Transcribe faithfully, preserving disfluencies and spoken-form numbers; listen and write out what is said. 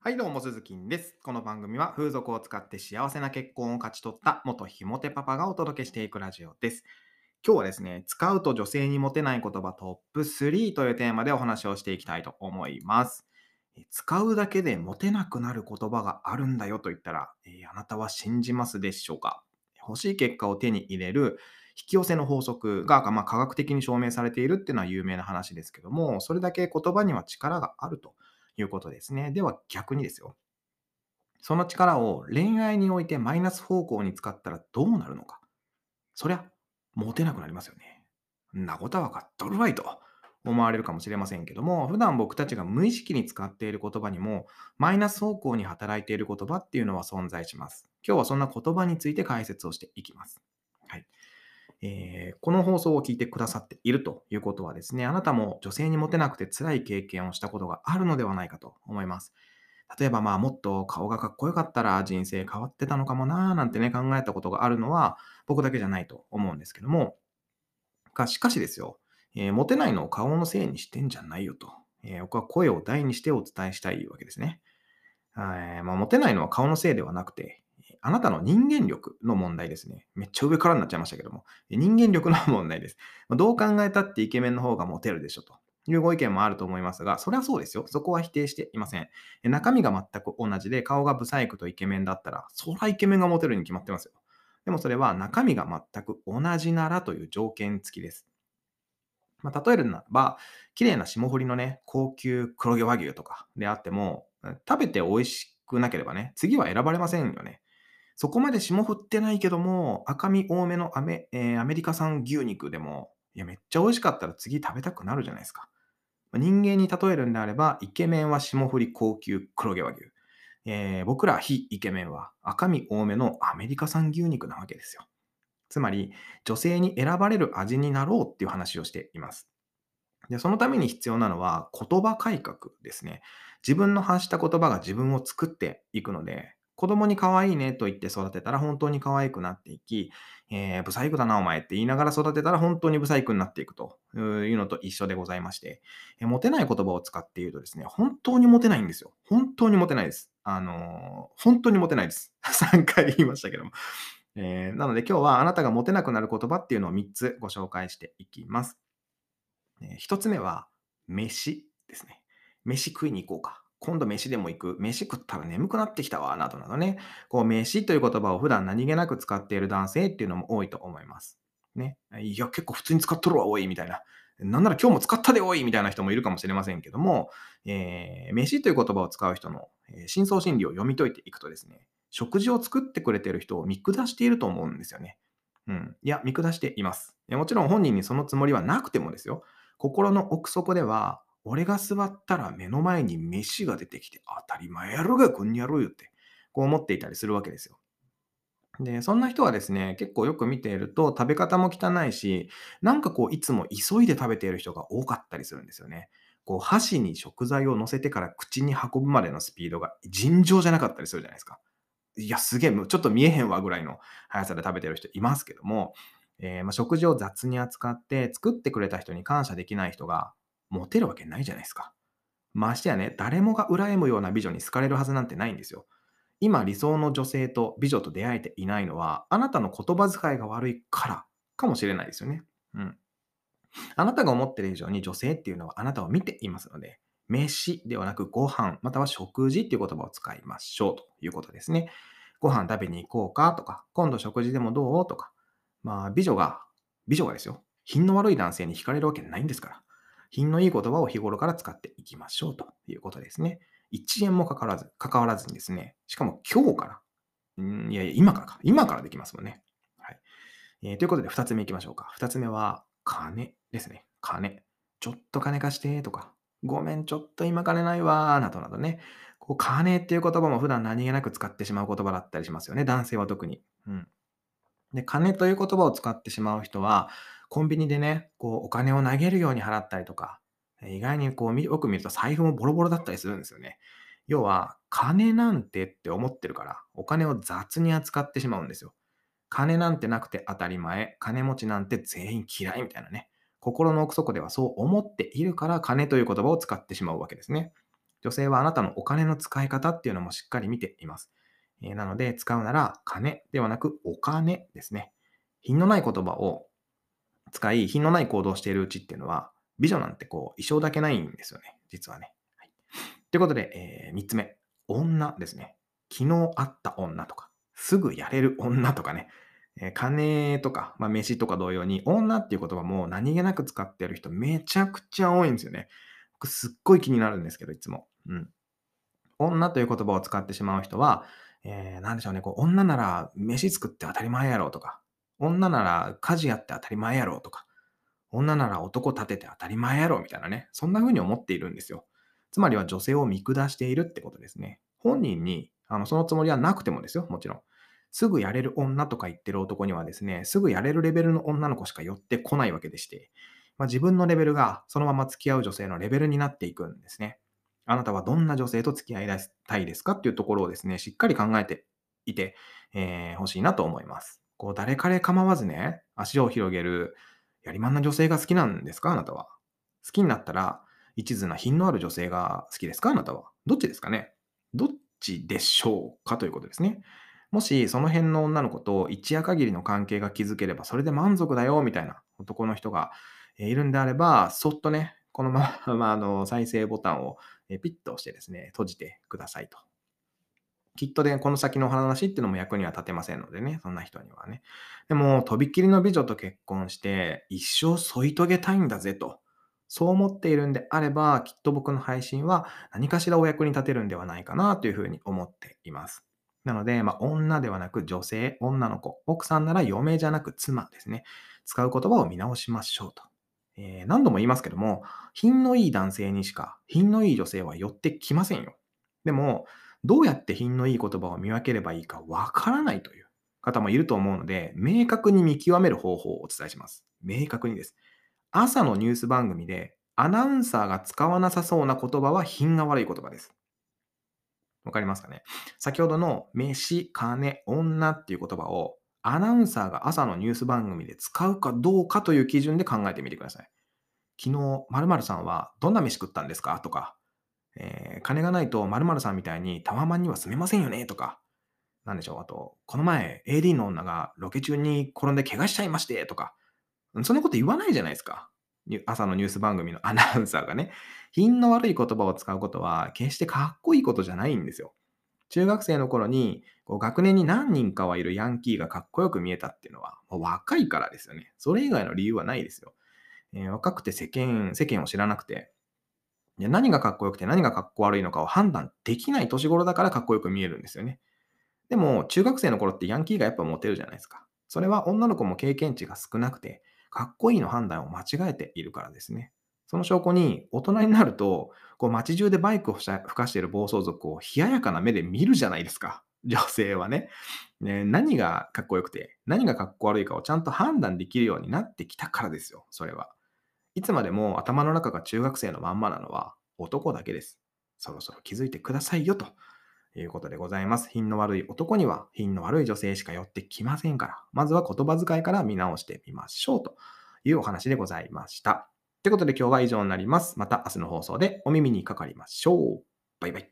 はい、どうも、鈴木です。この番組は風俗を使って幸せな結婚を勝ち取った元ひもてパパがお届けしていくラジオです。今日はですね、使うと女性にモテない言葉トップスリーというテーマでお話をしていきたいと思います。え使うだけでモテなくなる言葉があるんだよと言ったら、えーあなたは信じますでしょうか？欲しい結果を手に入れる引き寄せの法則が、まあ、科学的に証明されているっていうのは有名な話ですけども、それだけ言葉には力があるということですね。では逆にですよ。その力を恋愛においてマイナス方向に使ったらどうなるのか。そりゃ、モテなくなりますよね。んなことは分かっとるわいと思われるかもしれませんけども、普段僕たちが無意識に使っている言葉にも、マイナス方向に働いている言葉っていうのは存在します。今日はそんな言葉について解説をしていきます。はい。えーこの放送を聞いてくださっているということはですね、あなたも女性にモテなくて辛い経験をしたことがあるのではないかと思います。例えば、まあ、もっと顔がかっこよかったら人生変わってたのかもなーなんてね、考えたことがあるのは僕だけじゃないと思うんですけども、がしかしですよ、えーモテないのを顔のせいにしてんじゃないよと。えー僕は声を大にしてお伝えしたいわけですね。はい、まあ、モテないのは顔のせいではなくて、あなたの人間力の問題ですね。めっちゃ上からになっちゃいましたけども、人間力の問題です。まあどう考えたってイケメンの方がモテるでしょというご意見もあると思いますが、それはそうですよ。そこは否定していません。え中身が全く同じで、顔がブサイクとイケメンだったら、そらイケメンがモテるに決まってますよ。でもそれは中身が全く同じならという条件付きです。まあ、例えるならば、綺麗な霜降りのね、高級黒毛和牛とかであっても、食べて美味しくなければね、次は選ばれませんよね。そこまで霜降ってないけども、赤身多めのアメ,、えーアメリカ産牛肉でも、いや、めっちゃ美味しかったら次食べたくなるじゃないですか。ま人間に例えるんであれば、イケメンは霜降り高級黒毛和牛。えー僕ら非イケメンは赤身多めのアメリカ産牛肉なわけですよ。つまり、女性に選ばれる味になろうっていう話をしています。で、そのために必要なのは言葉改革ですね。自分の発した言葉が自分を作っていくので、子供に可愛いねと言って育てたら本当に可愛くなっていき、えー、ブサイクだなお前って言いながら育てたら本当にブサイクになっていくというのと一緒でございまして、えーモテない言葉を使っているとですね、本当にモテないんですよ。本当にモテないです。あのー本当にモテないです。さんかい言いましたけども。えーなので今日はあなたがモテなくなる言葉っていうのをみっつご紹介していきます。えー一つ目は、飯ですね。飯食いに行こうか。今度飯でも行く。飯食ったら眠くなってきたわ。などなどね。こう、飯という言葉を普段何気なく使っている男性っていうのも多いと思います。ね。いや、結構普通に使っとるわ、おい、みたいな。なんなら今日も使ったで、おい、みたいな人もいるかもしれませんけども、えー飯という言葉を使う人の、えー深層心理を読み解いていくとですね、食事を作ってくれている人を見下していると思うんですよね。うん。いや、見下しています。いやもちろん本人にそのつもりはなくてもですよ。心の奥底では、俺が座ったら目の前に飯が出てきて当たり前やろがこんにゃろうよって、こう思っていたりするわけですよ。で、そんな人はですね、結構よく見ていると食べ方も汚いし、なんかこういつも急いで食べている人が多かったりするんですよね。こう箸に食材を乗せてから口に運ぶまでのスピードが尋常じゃなかったりするじゃないですか。いや、すげえ、もうちょっと見えへんわぐらいの速さで食べてる人いますけども、えーまあ、食事を雑に扱って作ってくれた人に感謝できない人がモテるわけないじゃないですか。ましてやね、誰もが羨むような美女に好かれるはずなんてないんですよ。今理想の女性と美女と出会えていないのは、あなたの言葉遣いが悪いからかもしれないですよね。うん。あなたが思っている以上に女性っていうのはあなたを見ていますので、飯ではなくご飯、または食事っていう言葉を使いましょうということですね。ご飯食べに行こうかとか、今度食事でもどうとか、まあ美女が、美女がですよ、品の悪い男性に惹かれるわけないんですから、品のいい言葉を日頃から使っていきましょうということですね。いちえんもかからず、関わらずにですね、しかも今日から、うん、いやいや、今からか、今からできますもんね。はい。えーということでふたつめいきましょうか。ふたつめは、金ですね。金。ちょっと金貸してとか、ごめん、ちょっと今金ないわーなどなどね。こう、金っていう言葉も普段何気なく使ってしまう言葉だったりしますよね。男性は特に。うん。で、金という言葉を使ってしまう人は、コンビニでね、こう、お金を投げるように払ったりとか、意外にこう、みよく見ると財布もボロボロだったりするんですよね。要は、金なんてって思ってるから、お金を雑に扱ってしまうんですよ。金なんてなくて当たり前、金持ちなんて全員嫌いみたいなね。心の奥底ではそう思っているから、金という言葉を使ってしまうわけですね。 女性はあなたのお金の使い方っていうのもしっかり見ています。えーなので、使うなら金ではなくお金ですね。品のない言葉を使い、品のない行動をしているうちっていうのは、美女なんてこう、衣装だけないんですよね、実はね。はい、ということで、えー、みっつめ、女ですね。昨日会った女とか、すぐやれる女とかね、えー金とか、まあ、飯とか同様に、女っていう言葉も何気なく使ってる人めちゃくちゃ多いんですよね。僕すっごい気になるんですけど、いつも。うん。女という言葉を使ってしまう人は、えー、なんでしょうね、こう、女なら飯作って当たり前やろとか、女なら家事やって当たり前やろとか、女なら男立てて当たり前やろみたいなね、そんな風に思っているんですよ。つまりは女性を見下しているってことですね。本人にあのそのつもりはなくてもですよ、もちろん。すぐやれる女とか言ってる男にはですね、すぐやれるレベルの女の子しか寄ってこないわけでして、まあ、自分のレベルがそのまま付き合う女性のレベルになっていくんですね。あなたはどんな女性と付き合いたいですかっていうところをですね、しっかり考えていてほ、えー欲しいなと思います。こう誰彼構わずね、足を広げるやりまんな女性が好きなんですかあなたは。好きになったら、一途な品のある女性が好きですかあなたは。どっちですかね。どっちでしょうかということですね。もし、その辺の女の子と一夜限りの関係が築ければ、それで満足だよ、みたいな男の人がえーいるんであれば、そっとね、このまま、まあ、あの再生ボタンをえーピッと押してですね、閉じてくださいと。きっとね、この先の話っていうのも役には立てませんのでね、そんな人にはね。でも、とびっきりの美女と結婚して、一生添い遂げたいんだぜと。そう思っているんであれば、きっと僕の配信は何かしらお役に立てるんではないかなというふうに思っています。なので、まあ、女ではなく女性、女の子、奥さんなら嫁じゃなく妻ですね。使う言葉を見直しましょうと。えー何度も言いますけども、品のいい男性にしか品のいい女性は寄ってきませんよ。でも、どうやって品のいい言葉を見分ければいいかわからないという方もいると思うので、明確に見極める方法をお伝えします。明確にです。朝のニュース番組でアナウンサーが使わなさそうな言葉は品が悪い言葉です。わかりますかね。先ほどの飯、金、女っていう言葉をアナウンサーが朝のニュース番組で使うかどうかという基準で考えてみてください。昨日、〇〇さんはどんな飯食ったんですかとか、えー金がないと〇〇さんみたいにタワマンには住めませんよねとか、なんでしょう、あと、この前 エーディー の女がロケ中に転んで怪我しちゃいましてとか、そんなこと言わないじゃないですか。に朝のニュース番組のアナウンサーがね。品の悪い言葉を使うことは決してかっこいいことじゃないんですよ。中学生の頃にこう学年に何人かはいるヤンキーがかっこよく見えたっていうのは、もう若いからですよね。それ以外の理由はないですよ。えー若くて世間世間を知らなくて、で何がかっこよくて何がかっこ悪いのかを判断できない年頃だからかっこよく見えるんですよね。でも、中学生の頃ってヤンキーがやっぱモテるじゃないですか。それは女の子も経験値が少なくて、かっこいいの判断を間違えているからですね。その証拠に、大人になると、こう街中でバイクをふしゃ吹かしている暴走族を冷ややかな目で見るじゃないですか。女性はね。ね、何がかっこよくて、何がかっこ悪いかをちゃんと判断できるようになってきたからですよ、それは。いつまでも頭の中が中学生のまんまなのは男だけです。そろそろ気づいてくださいよということでございます。品の悪い男には品の悪い女性しか寄ってきませんから、まずは言葉遣いから見直してみましょうというお話でございました。ということで今日は以上になります。また明日の放送でお耳にかかりましょう。バイバイ。